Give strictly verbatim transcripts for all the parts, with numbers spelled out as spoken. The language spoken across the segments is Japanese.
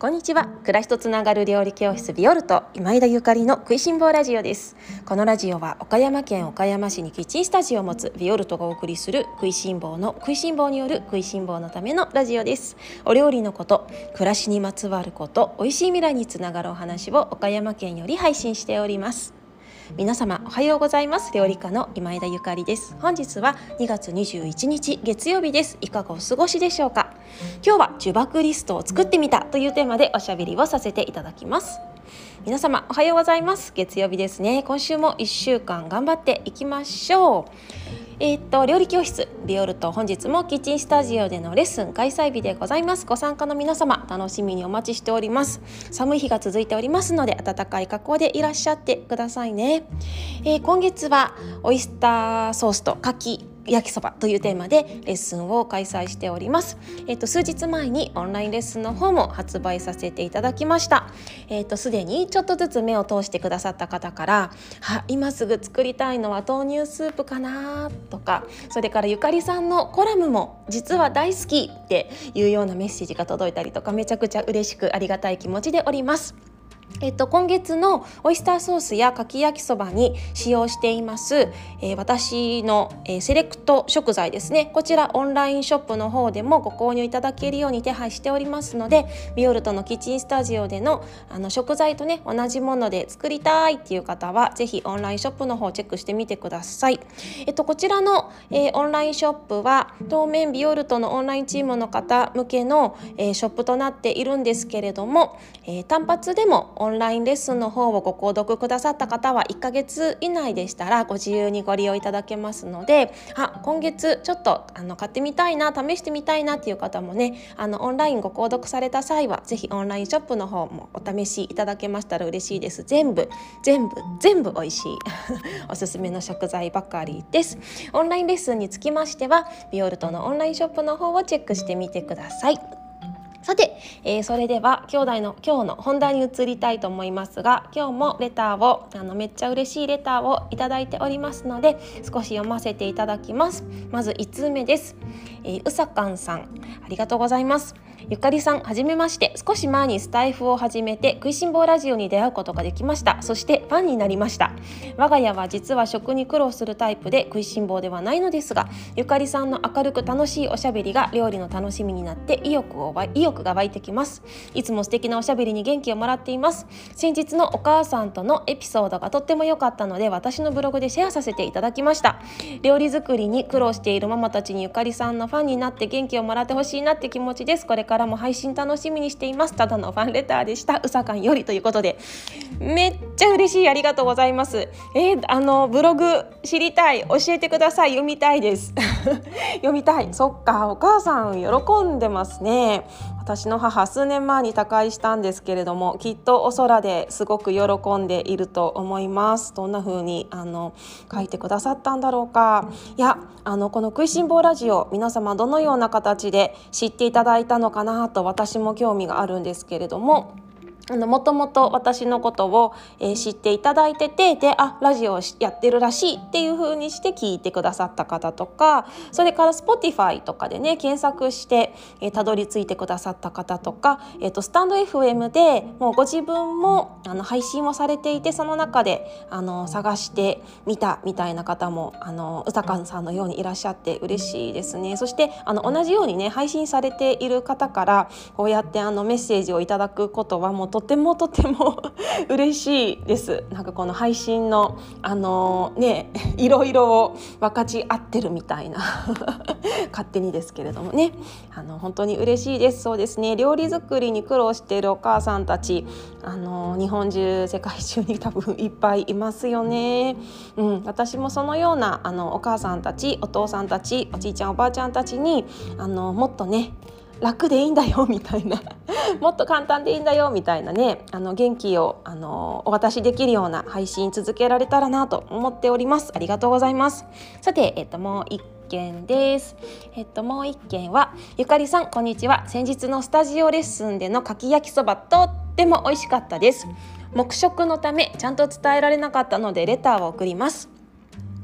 こんにちは。暮らしとつながる料理教室ビオルト今井田ゆかりの食いしん坊ラジオです。このラジオは岡山県岡山市にキッチンスタジオを持つビオルトがお送りする食いしん坊の食いしん坊による食いしん坊のためのラジオです。お料理のこと、暮らしにまつわること、美味しい未来につながるお話を岡山県より配信しております。皆様おはようございます。料理家の今井田ゆかりです。本日はにがつにじゅういちにち月曜日です。いかがお過ごしでしょうか。今日は呪縛リストを作ってみたというテーマでおしゃべりをさせていただきます。皆様おはようございます。月曜日ですね。今週もいっしゅうかん頑張っていきましょう。えー、っと料理教室ビオルト、本日もキッチンスタジオでのレッスン開催日でございます。ご参加の皆様楽しみにお待ちしております。寒い日が続いておりますので暖かい格好でいらっしゃってくださいね。えー、今月はオイスターソースと牡蠣焼きそばというテーマでレッスンを開催しております。えっと数日前にオンラインレッスンの方も発売させていただきました。えっとすでにちょっとずつ目を通してくださった方から、あ、今すぐ作りたいのは豆乳スープかなとか、それからゆかりさんのコラムも実は大好きっていうようなメッセージが届いたりとか、めちゃくちゃ嬉しくありがたい気持ちでおります。えっと、今月のオイスターソースやかき焼きそばに使用しています、えー、私の、えー、セレクト食材ですね。こちらオンラインショップの方でもご購入いただけるように手配しておりますので、ビオルトのキッチンスタジオでの、あの食材とね同じもので作りたいっていう方はぜひオンラインショップの方をチェックしてみてください。えっと、こちらの、えー、オンラインショップは当面ビオルトのオンラインチームの方向けの、えー、ショップとなっているんですけれども、えー、単発でもオンラインレッスンの方をご購読くださった方はいっかげつ以内でしたらご自由にご利用いただけますので、あ、今月ちょっとあの買ってみたいな、試してみたいなっていう方もね、あのオンラインご購読された際はぜひオンラインショップの方もお試しいただけましたら嬉しいです。全部全部全部美味しいおすすめの食材ばかりです。オンラインレッスンにつきましてはビオルトのオンラインショップの方をチェックしてみてください。さて、えー、それでは兄弟の今日の本題に移りたいと思いますが、今日もレターをあのめっちゃ嬉しいレターをいただいておりますので少し読ませていただきます。まずいつつめです。えー、うさかんさん、ありがとうございます。ゆかりさん、はじめまして。少し前にスタイフを始めて食いしん坊ラジオに出会うことができました。そしてファンになりました。我が家は実は食に苦労するタイプで食いしん坊ではないのですが、ゆかりさんの明るく楽しいおしゃべりが料理の楽しみになって意欲を意欲が湧いてきます。いつも素敵なおしゃべりに元気をもらっています。先日のお母さんとのエピソードがとっても良かったので私のブログでシェアさせていただきました。料理作りに苦労しているママたちにゆかりさんのファンになって元気をもらってほしいなって気持ちです。これからも配信楽しみにしています。ただのファンレターでした。うさかんよりということで、めっちゃ嬉しい、ありがとうございます。えー、あのブログ知りたい、教えてください。読みたいです読みたい。そっか、お母さん喜んでますね。私の母数年前に他界したんですけれども、きっとお空ですごく喜んでいると思います。どんな風にあの書いてくださったんだろうか。いや、あのこの食いしん坊ラジオ、皆様どのような形で知っていただいたのかなと私も興味があるんですけれども、あのもともと私のことを、えー、知っていただいてて、で、あ、ラジオをやってるらしいっていう風にして聞いてくださった方とか、それから Spotify とかでね検索してえー、たどり着いてくださった方とか、えー、とスタンド エフエム でもうご自分もあの配信をされていて、その中であの探してみたみたいな方もあのうさかんさんのようにいらっしゃって嬉しいですね。そしてあの同じようにね配信されている方からこうやってあのメッセージをいただくことはもうとてもとても嬉しいです。なんかこの配信のあのねいろいろを分かち合ってるみたいな勝手にですけれどもね、あの本当に嬉しいです。そうですね、料理作りに苦労しているお母さんたち、あの日本中世界中に多分いっぱいいますよね。うん、私もそのようなあのお母さんたち、お父さんたち、おじいちゃんおばあちゃんたちにあのもっとね楽でいいんだよみたいなもっと簡単でいいんだよみたいなね、あの元気をあのお渡しできるような配信続けられたらなと思っております。ありがとうございます。さて、えっと、もう一件です。えっと、もう一件は、ゆかりさんこんにちは。先日のスタジオレッスンでのかき焼きそばとっても美味しかったです。黙食のためちゃんと伝えられなかったのでレターを送ります。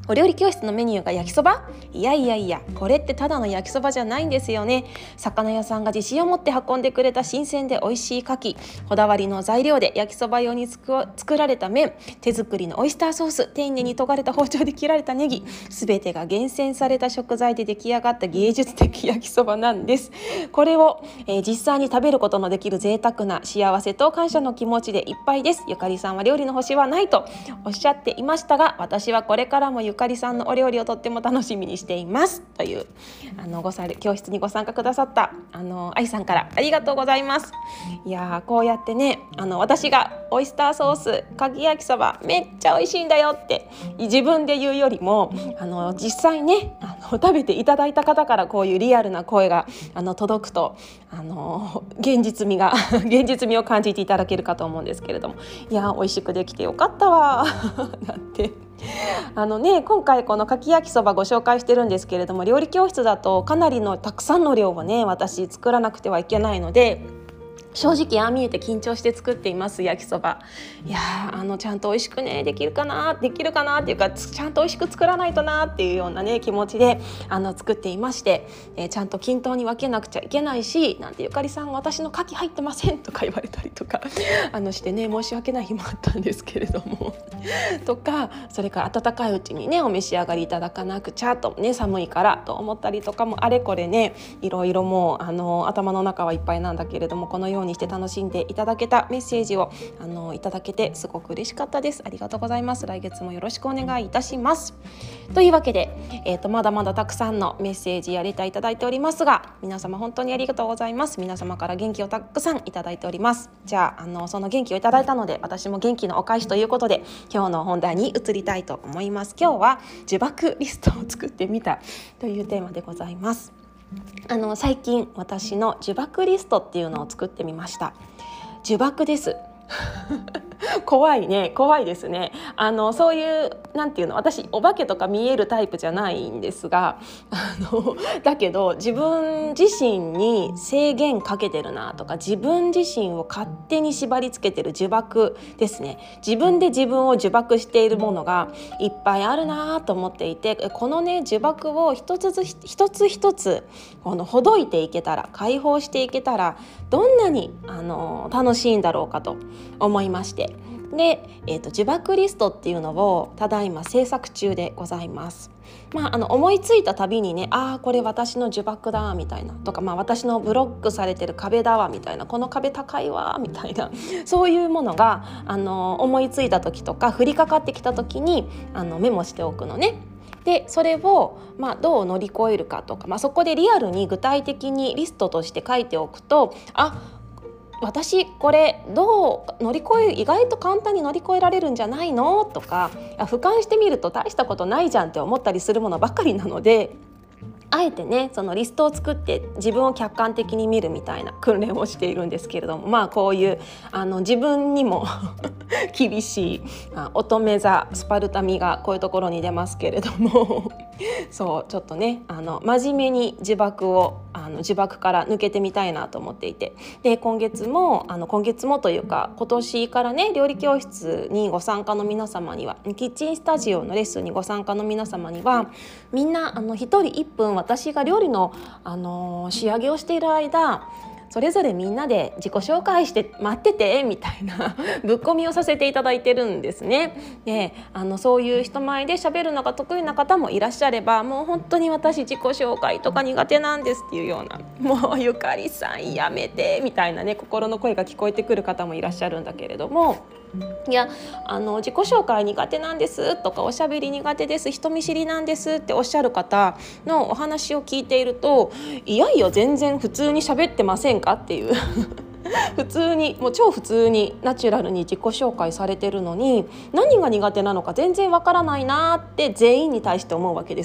お料理教室のメニューが焼きそば？いやいやいや、これってただの焼きそばじゃないんですよね。魚屋さんが自信を持って運んでくれた新鮮で美味しい牡蠣、こだわりの材料で焼きそば用に作られた麺、手作りのオイスターソース、丁寧に研がれた包丁で切られたネギ、すべてが厳選された食材で出来上がった芸術的焼きそばなんです。これを、えー、実際に食べることのできる贅沢な幸せと感謝の気持ちでいっぱいです。ゆかりさんは料理の星はないとおっしゃっていましたが、私はこれからもゆかりさんのお料理をとっても楽しみにしていますというあのごさ教室にご参加くださったあの愛さんからありがとうございます。いやこうやってね、あの私がオイスターソースかき焼きそばめっちゃ美味しいんだよって自分で言うよりも、あの実際ねあの食べていただいた方からこういうリアルな声があの届くと、あの現実味が現実味を感じていただけるかと思うんですけれども、いや美味しくできてよかったわなんてあのね、今回このかき焼きそばご紹介してるんですけれども、料理教室だとかなりのたくさんの量をね私作らなくてはいけないので、正直ああ見えて緊張して作っています焼きそば。いやあのちゃんと美味しくねできるかなできるかなっていうか、ちゃんと美味しく作らないとなっていうようなね気持ちであの作っていまして、えー、ちゃんと均等に分けなくちゃいけないし、なんてゆかりさん私の牡蠣入ってませんとか言われたりとかあのしてね、申し訳ない日もあったんですけれどもとか、それから温かいうちにねお召し上がりいただかなくちゃとね、寒いからと思ったりとかもあれこれね、いろいろもうあの頭の中はいっぱいなんだけれども、このようににして楽しんでいただけたメッセージをあのいただけてすごく嬉しかったです。ありがとうございます。来月もよろしくお願いいたします。というわけで、えーと、まだまだたくさんのメッセージやレターいただいておりますが、皆様本当にありがとうございます。皆様から元気をたくさんいただいております。じゃあ、あのその元気をいただいたので、私も元気のお返しということで今日の本題に移りたいと思います。今日は呪縛リストを作ってみたというテーマでございます。あの最近私の呪縛リストっていうのを作ってみました。呪縛です怖いね、怖いですね。あのそういうなんていうの、私お化けとか見えるタイプじゃないんですが、あのだけど自分自身に制限かけてるなとか、自分自身を勝手に縛り付けてる呪縛ですね。自分で自分を呪縛しているものがいっぱいあるなと思っていて、このね呪縛を一つずつ一つ一つこのほどいていけたら、解放していけたらどんなにあの楽しいんだろうかと思いまして、で、えーと、呪縛リストっていうのをただいま制作中でございます。まあ、あの思いついたたびにね、ああこれ私の呪縛だみたいなとか、まあ、私のブロックされてる壁だわみたいな、この壁高いわみたいな、そういうものがあの思いついた時とか降りかかってきた時にあのメモしておくのね。でそれを、まあ、どう乗り越えるかとか、まあ、そこでリアルに具体的にリストとして書いておくと、あ私これどう乗り越え意外と簡単に乗り越えられるんじゃないのとか、俯瞰してみると大したことないじゃんって思ったりするものばかりなので、あえてねそのリストを作って自分を客観的に見るみたいな訓練をしているんですけれども、まあこういうあの自分にも厳しい乙女座スパルタ味がこういうところに出ますけれどもそうちょっとねあの真面目に呪縛をあの呪縛から抜けてみたいなと思っていて、で今月もあの今月もというか今年からね料理教室にご参加の皆様には、キッチンスタジオのレッスンにご参加の皆様には、みんなあのひとりいっぷん私が料理の、あのー、仕上げをしている間、それぞれみんなで自己紹介して待っててみたいなぶっ込みをさせていただいてるんですね。であのそういう人前で喋るのが得意な方もいらっしゃれば、もう本当に私自己紹介とか苦手なんですっていうような、もうゆかりさんやめてみたいなね心の声が聞こえてくる方もいらっしゃるんだけれども、いやあの自己紹介苦手なんですとか、おしゃべり苦手です、人見知りなんですっておっしゃる方のお話を聞いていると、いやいや全然普通に喋ってませんかっていう普通にもう超普通にナチュラルに自己紹介されてるのに、何が苦手なのか全然わからないなって全員に対して思うわけですよ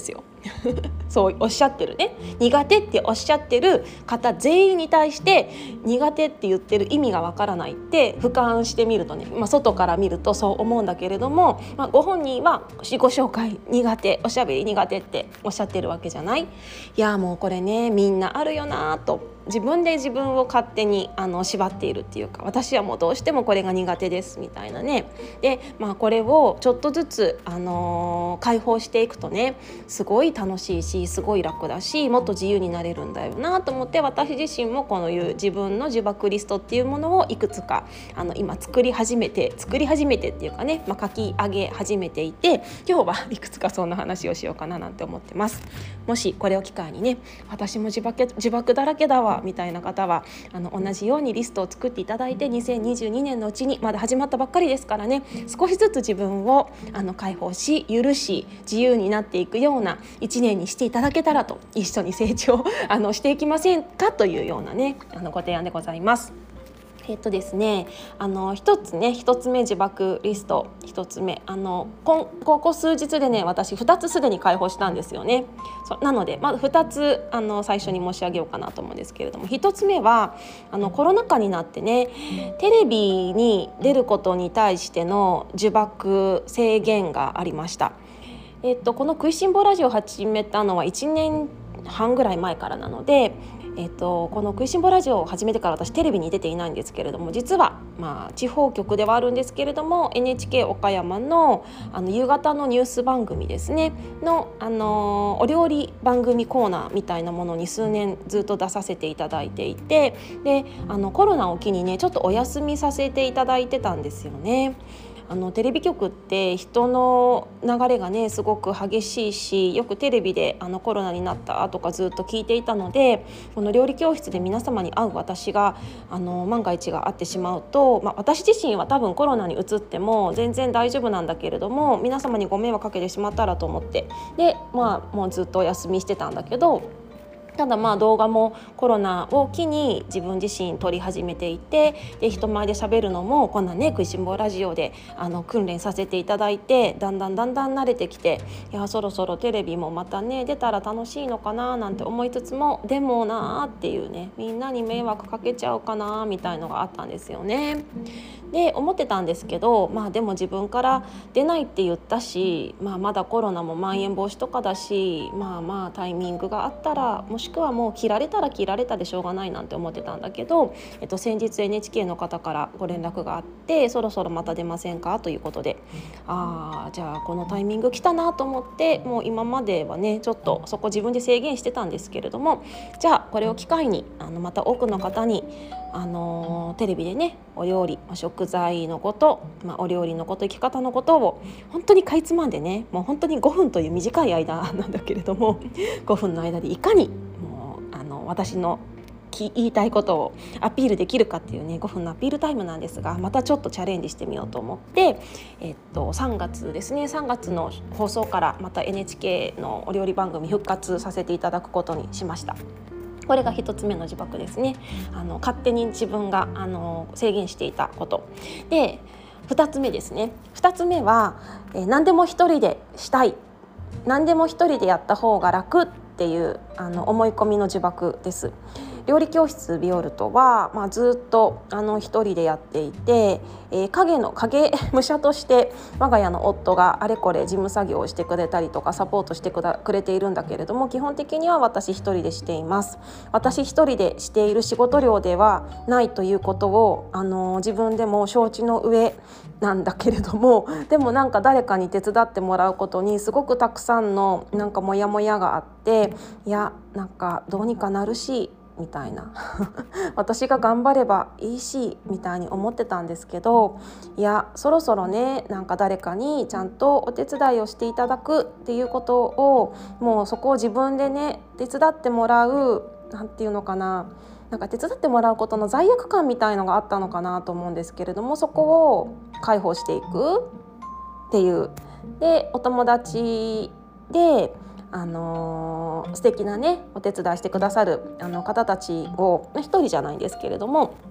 そうおっしゃってるね、苦手っておっしゃってる方全員に対して苦手って言ってる意味がわからないって俯瞰してみるとね、まあ、外から見るとそう思うんだけれども、まあ、ご本人は自己紹介苦手、おしゃべり苦手っておっしゃってるわけじゃない。いやもうこれねみんなあるよなと、自分で自分を勝手にあの縛っているっていうか、私はもうどうしてもこれが苦手ですみたいなね。で、まあ、これをちょっとずつ、あのー、解放していくとねすごい楽しいしすごい楽だしもっと自由になれるんだよなと思って、私自身もこのいう自分の呪縛リストっていうものをいくつかあの今作り始めて作り始めてっていうかね、まあ、書き上げ始めていて、今日はいくつかそんな話をしようかななんて思ってます。もしこれを機会にね私も呪縛、呪縛だらけだわみたいな方はあの同じようにリストを作っていただいて、にせんにじゅうにねんのうちにまだ始まったばっかりですからね、少しずつ自分をあの解放し許し自由になっていくようないちねんにしていただけたらと、一緒に成長あのしていきませんかというようなねあのご提案でございます。えっとですね、あの一つね一つ目呪縛リスト一つ目、あのこここ数日でね私ふたつすでに開放したんですよね。そなのでまずふたつあの最初に申し上げようかなと思うんですけれども、ひとつめはあのコロナ禍になってねテレビに出ることに対しての呪縛制限がありました。えっと、この食いしん坊ラジオを始めたのはいちねんはんぐらい前からなので、えっと、この食いしん坊ラジオを始めてから私テレビに出ていないんですけれども、実は、まあ、地方局ではあるんですけれども エヌエイチケー 岡山 の, あの夕方のニュース番組ですねの、あのー、お料理番組コーナーみたいなものに数年ずっと出させていただいていて、であのコロナを機にねちょっとお休みさせていただいてたんですよね。あのテレビ局って人の流れがねすごく激しいし、よくテレビであのコロナになったとかずっと聞いていたので、この料理教室で皆様に会う私があの万が一があってしまうと、まあ、私自身は多分コロナに移っても全然大丈夫なんだけれども皆様にご迷惑かけてしまったらと思って、で、まあ、もうずっとお休みしてたんだけど、ただまあ動画もコロナを機に自分自身撮り始めていて、で人前で喋るのもこんなね食いしん坊ラジオであの訓練させていただいて、だんだんだんだん慣れてきて、いやそろそろテレビもまたね出たら楽しいのかななんて思いつつも、でもなーっていうね、みんなに迷惑かけちゃうかなみたいのがあったんですよね。で思ってたんですけど、まあでも自分から出ないって言ったし、まあ、まだコロナもまん延防止とかだし、まあまあタイミングがあったら、もしくはもう切られたら切られたでしょうがないなんて思ってたんだけど、えっと、先日 エヌエイチケー の方からご連絡があって、そろそろまた出ませんかということで、ああじゃあこのタイミング来たなと思って、もう今まではねちょっとそこ自分で制限してたんですけれども、じゃあこれを機会にあのまた多くの方にあのテレビでねお料理、食材のこと、まあ、お料理のこと、生き方のことを本当にかいつまんでね、もう本当にごふんという短い間なんだけれどもごふんの間でいかにもうあの私の言いたいことをアピールできるかっていうねごふんのアピールタイムなんですが、またちょっとチャレンジしてみようと思って、えっと、さんがつですね、さんがつの放送からまた エヌエイチケー のお料理番組復活させていただくことにしました。これが一つ目の呪縛ですね。あの勝手に自分があの制限していたことで、二つ目ですね。二つ目は、えー、何でも一人でしたい、何でも一人でやった方が楽っていうあの思い込みの呪縛です。料理教室ビオルトは、まあ、ずっとあの一人でやっていて、えー、影の影武者として我が家の夫があれこれ事務作業をしてくれたりとかサポートしてくだくれているんだけれども、基本的には私一人でしています。私一人でしている仕事量ではないということを、あのー、自分でも承知の上なんだけれども、でもなんか誰かに手伝ってもらうことにすごくたくさんのなんかモヤモヤがあって、いやなんかどうにかなるしみたいな私が頑張ればいいしみたいに思ってたんですけど、いやそろそろねなんか誰かにちゃんとお手伝いをしていただくっていうことを、もうそこを自分でね手伝ってもらう、なんていうのかな、なんか手伝ってもらうことの罪悪感みたいのがあったのかなと思うんですけれども、そこを解放していくっていう。でお友達であのー、素敵なねお手伝いしてくださるあの方たちを一人じゃないんですけれども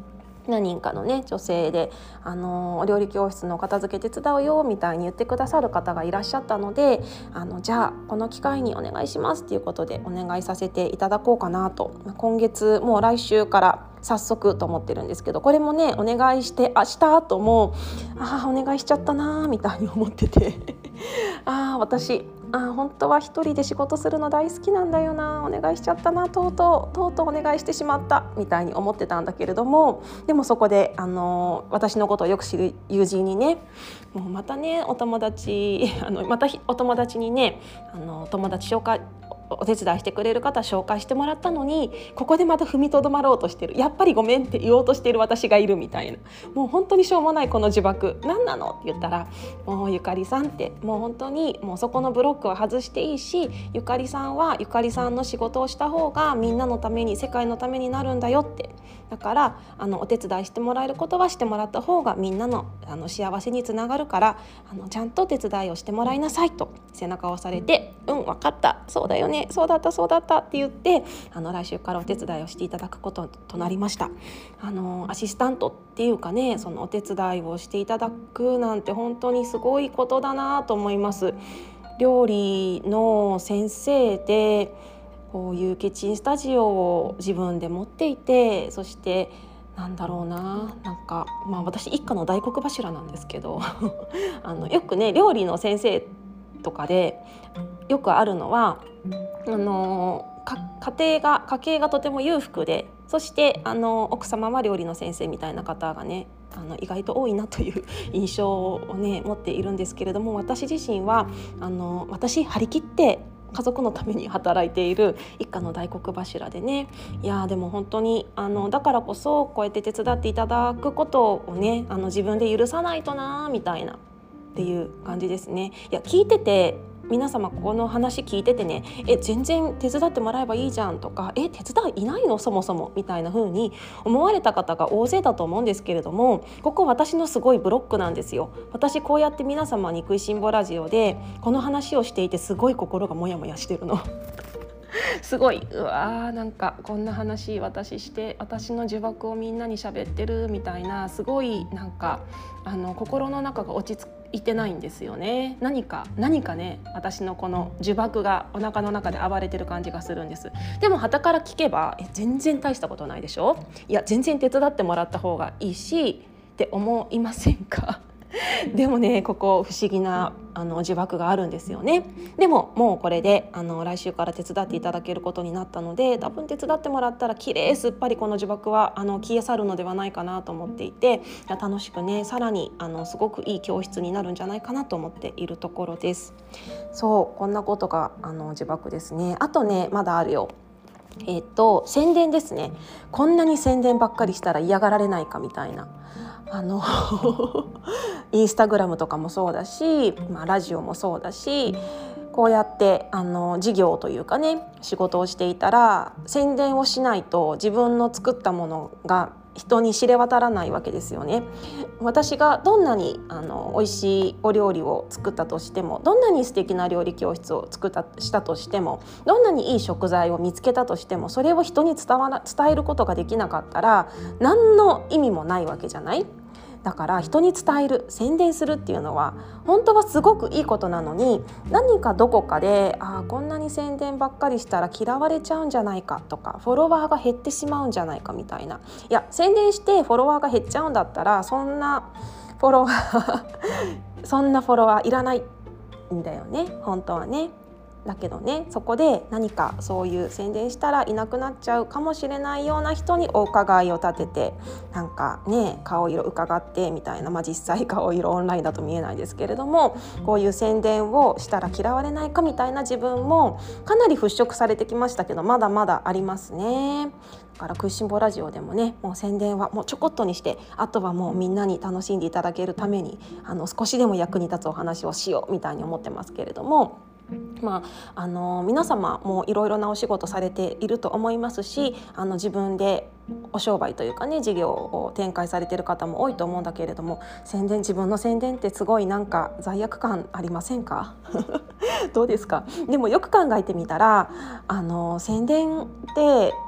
何人かのね女性で、あのお料理教室の片付け手伝うよみたいに言ってくださる方がいらっしゃったので、あのじゃあこの機会にお願いしますっていうことでお願いさせていただこうかなと、今月もう来週から早速と思ってるんですけど、これもねお願いして明日ともああお願いしちゃったなみたいに思っててああ私あ本当は一人で仕事するの大好きなんだよな、お願いしちゃったな、とうとうとうとうお願いしてしまったみたいに思ってたんだけれども、でもそこであの私のことをよく知る友人にね、もうまたねお友達あのまたお友達にねあの友達紹介お手伝いしてくれる方紹介してもらったのに、ここでまた踏みとどまろうとしてる、やっぱりごめんって言おうとしている私がいるみたいな、もう本当にしょうもないこの呪縛何なのって言ったら、もうゆかりさんってもう本当にもうそこのブロックは外していいし、ゆかりさんはゆかりさんの仕事をした方がみんなのために世界のためになるんだよって、だからあのお手伝いしてもらえることはしてもらった方がみんなの、あの幸せにつながるから、あのちゃんと手伝いをしてもらいなさいと背中を押されて、うん分かった、そうだよね、そうだったそうだったって言って、あの来週からお手伝いをしていただくこととなりました。あのアシスタントっていうかね、そのお手伝いをしていただくなんて本当にすごいことだなと思います。料理の先生でこういうキッチンスタジオを自分で持っていて、そしてなんだろうな、なんか、まあ、私一家の大黒柱なんですけどあのよくね料理の先生とかでよくあるのは、あの家庭が家計がとても裕福で、そしてあの奥様は料理の先生みたいな方がねあの意外と多いなという印象をね持っているんですけれども、私自身はあの私張り切って家族のために働いている一家の大黒柱でね、いやでも本当にあのだからこそこうやって手伝っていただくことをね、あの自分で許さないとなみたいなっていう感じですね。いや聞いてて皆様この話聞いててね、え全然手伝ってもらえばいいじゃんとか、え手伝いいないのそもそもみたいな風に思われた方が大勢だと思うんですけれども、ここ私のすごいブロックなんですよ。私こうやって皆様に食いしん坊ラジオでこの話をしていてすごい心がモヤモヤしてるのすごいうわーなんかこんな話私して私の呪縛をみんなに喋ってるみたいな、すごいなんかあの心の中が落ち着いてないんですよね。何か何かね私のこの呪縛がお腹の中で暴れてる感じがするんです。でも傍から聞けばえ全然大したことないでしょ、いや全然手伝ってもらった方がいいしって思いませんかでもねここ不思議なあの呪縛があるんですよね。でももうこれであの来週から手伝っていただけることになったので、多分手伝ってもらったらきれいすっぱりこの呪縛はあの消え去るのではないかなと思っていて、楽しくねさらにあのすごくいい教室になるんじゃないかなと思っているところです。そうこんなことがあの呪縛ですね。あとねまだあるよ。えっと宣伝ですね。こんなに宣伝ばっかりしたら嫌がられないかみたいな、あのインスタグラムとかもそうだし、まあ、ラジオもそうだし、こうやってあの事業というかね仕事をしていたら宣伝をしないと自分の作ったものが人に知れ渡らないわけですよね。私がどんなにあの美味しいお料理を作ったとしても、どんなに素敵な料理教室を作ったしたとしても、どんなにいい食材を見つけたとしても、それを人に伝わら伝えることができなかったら何の意味もないわけじゃない。だから人に伝える宣伝するっていうのは本当はすごくいいことなのに、何かどこかであこんなに宣伝ばっかりしたら嫌われちゃうんじゃないかとか、フォロワーが減ってしまうんじゃないかみたいな、いや宣伝してフォロワーが減っちゃうんだったらそんなフォロワーそんなフォロワーいらないんだよね本当はね。だけどねそこで何かそういう宣伝したらいなくなっちゃうかもしれないような人にお伺いを立てて、なんかね顔色伺ってみたいな、まあ実際顔色オンラインだと見えないですけれども、こういう宣伝をしたら嫌われないかみたいな自分もかなり払拭されてきましたけど、まだまだありますね。だから食いしん坊ラジオでもねもう宣伝はもうちょこっとにして、あとはもうみんなに楽しんでいただけるためにあの少しでも役に立つお話をしようみたいに思ってますけれども、まあ、あの皆様もいろいろなお仕事されていると思いますし、あの自分でお商売というかね事業を展開されている方も多いと思うんだけれども、宣伝自分の宣伝ってすごいなんか罪悪感ありませんかどうですか。でもよく考えてみたらあの宣伝って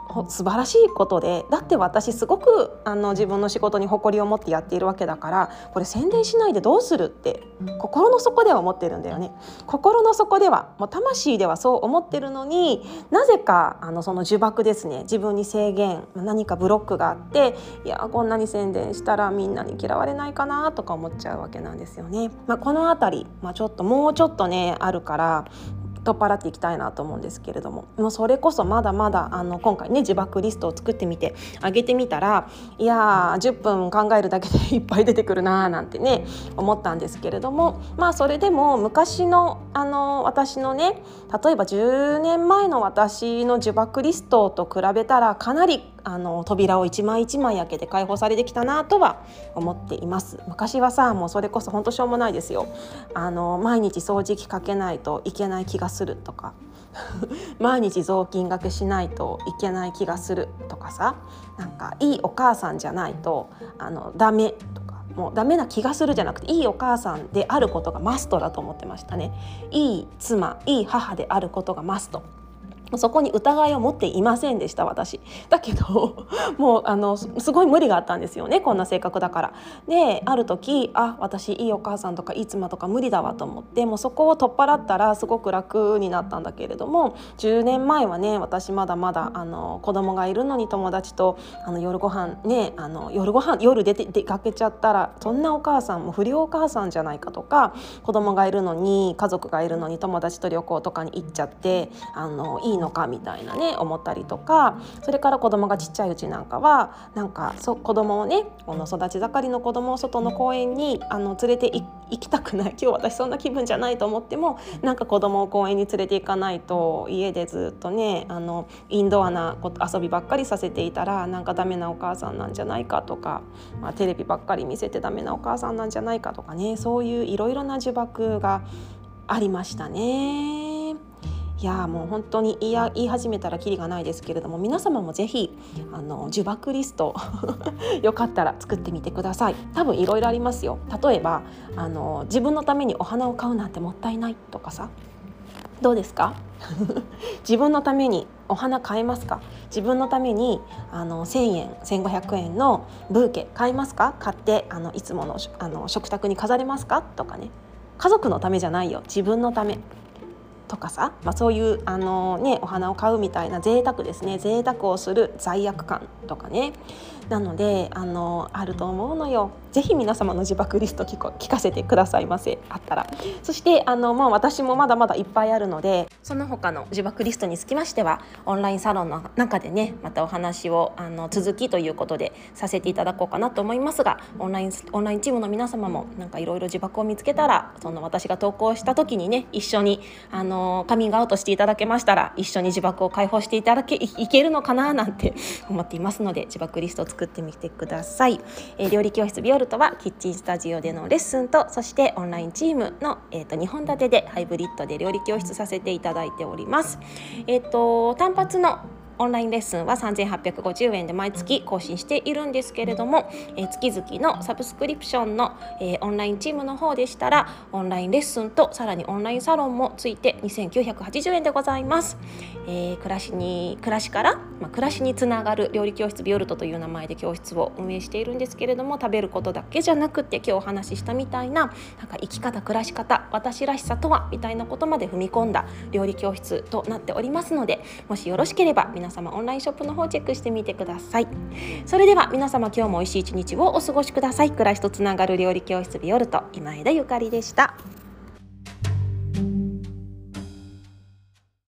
素晴らしいことで、だって私すごくあの自分の仕事に誇りを持ってやっているわけだから、これ宣伝しないでどうするって心の底では思ってるんだよね。心の底では、もう魂ではそう思ってるのに、なぜかあのその呪縛ですね、自分に制限、何かブロックがあって、いやこんなに宣伝したらみんなに嫌われないかなとか思っちゃうわけなんですよね。まあ、このあたり、まあ、ちょっともうちょっとねあるから取っ払っていきたいなと思うんですけれども、もうそれこそまだまだあの今回ね呪縛リストを作ってみて上げてみたら、いやーじゅっぷん考えるだけでいっぱい出てくるなーなんてね思ったんですけれども、まあそれでも昔のあの私のね、例えばじゅうねんまえの私の呪縛リストと比べたらかなりあの扉を一枚一枚開けて解放されてきたなとは思っています。昔はさ、もうそれこそ本当しょうもないですよ。あの毎日掃除機かけないといけない気がするとか毎日雑巾がけしないといけない気がするとかさ、なんかいいお母さんじゃないとあのダメとか、もうダメな気がするじゃなくて、いいお母さんであることがマストだと思ってましたね。いい妻、いい母であることがマスト、そこに疑いを持っていませんでした私。だけどもうあのすごい無理があったんですよね、こんな性格だから。である時、あ私いいお母さんとかいい妻とか無理だわと思って、もうそこを取っ払ったらすごく楽になったんだけれども、じゅうねんまえはね私まだまだあの子供がいるのに、友達とあの夜ご飯ね、あの夜ご飯夜出て出かけちゃったら、そんなお母さんも不良お母さんじゃないかとか、子供がいるのに家族がいるのに友達と旅行とかに行っちゃってあのいいのかみたいなね思ったりとか、それから子供がちっちゃいうちなんかはなんかそ子供をね、この育ち盛りの子供を外の公園にあの連れて行きたくない、今日私そんな気分じゃないと思っても、なんか子供を公園に連れて行かないと家でずっとねあのインドアな遊びばっかりさせていたら、なんかダメなお母さんなんじゃないかとか、まあ、テレビばっかり見せてダメなお母さんなんじゃないかとかね、そういういろいろな呪縛がありましたね。いやもう本当に言い、言い始めたらキリがないですけれども、皆様もぜひあの呪縛リストよかったら作ってみてください。多分いろいろありますよ。例えばあの自分のためにお花を買うなんてもったいないとかさ、どうですか自分のためにお花買えますか？自分のためにあのせんえんせんごひゃくえんのブーケ買いますか？買ってあのいつもの、あの食卓に飾れますか？とかね、家族のためじゃないよ、自分のためとかさ、まあ、そういうあの、ね、お花を買うみたいな贅沢ですね、贅沢をする罪悪感とかね、なのであのあると思うのよ。ぜひ皆様の呪縛リスト聞こ聞かせてくださいませ、あったら。そしてあの、まあ、私もまだまだいっぱいあるので、その他の呪縛リストにつきましてはオンラインサロンの中でねまたお話をあの続きということでさせていただこうかなと思いますが、オンラインオンラインチームの皆様もなんかいろいろ呪縛を見つけたら、その私が投稿した時にね一緒にあのカミングアウトしていただけましたら、一緒に呪縛を解放していただけ い, いけるのかななんて思っていますので、呪縛リストを作ってみてください。えー、料理教室ビオルトはキッチンスタジオでのレッスンと、そしてオンラインチームの、えー、とにほん立てでハイブリッドで料理教室させていただいております。えー、と単発のオンラインレッスンはさんぜんはっぴゃくごじゅうえんで毎月更新しているんですけれども、えー、月々のサブスクリプションの、えー、オンラインチームの方でしたら、オンラインレッスンとさらにオンラインサロンもついてにせんきゅうひゃくはちじゅうえんでございます。えー、暮らしに暮らしから、まあ、暮らしにつながる料理教室ビオルトという名前で教室を運営しているんですけれども、食べることだけじゃなくて今日お話ししたみたいな、なんか生き方、暮らし方、私らしさとはみたいなことまで踏み込んだ料理教室となっておりますので、もしよろしければ皆様オンラインショップの方チェックしてみてください。それでは皆様、今日も美味しい一日をお過ごしください。暮らしとつながる料理教室ビオルト、今枝ゆかりでした。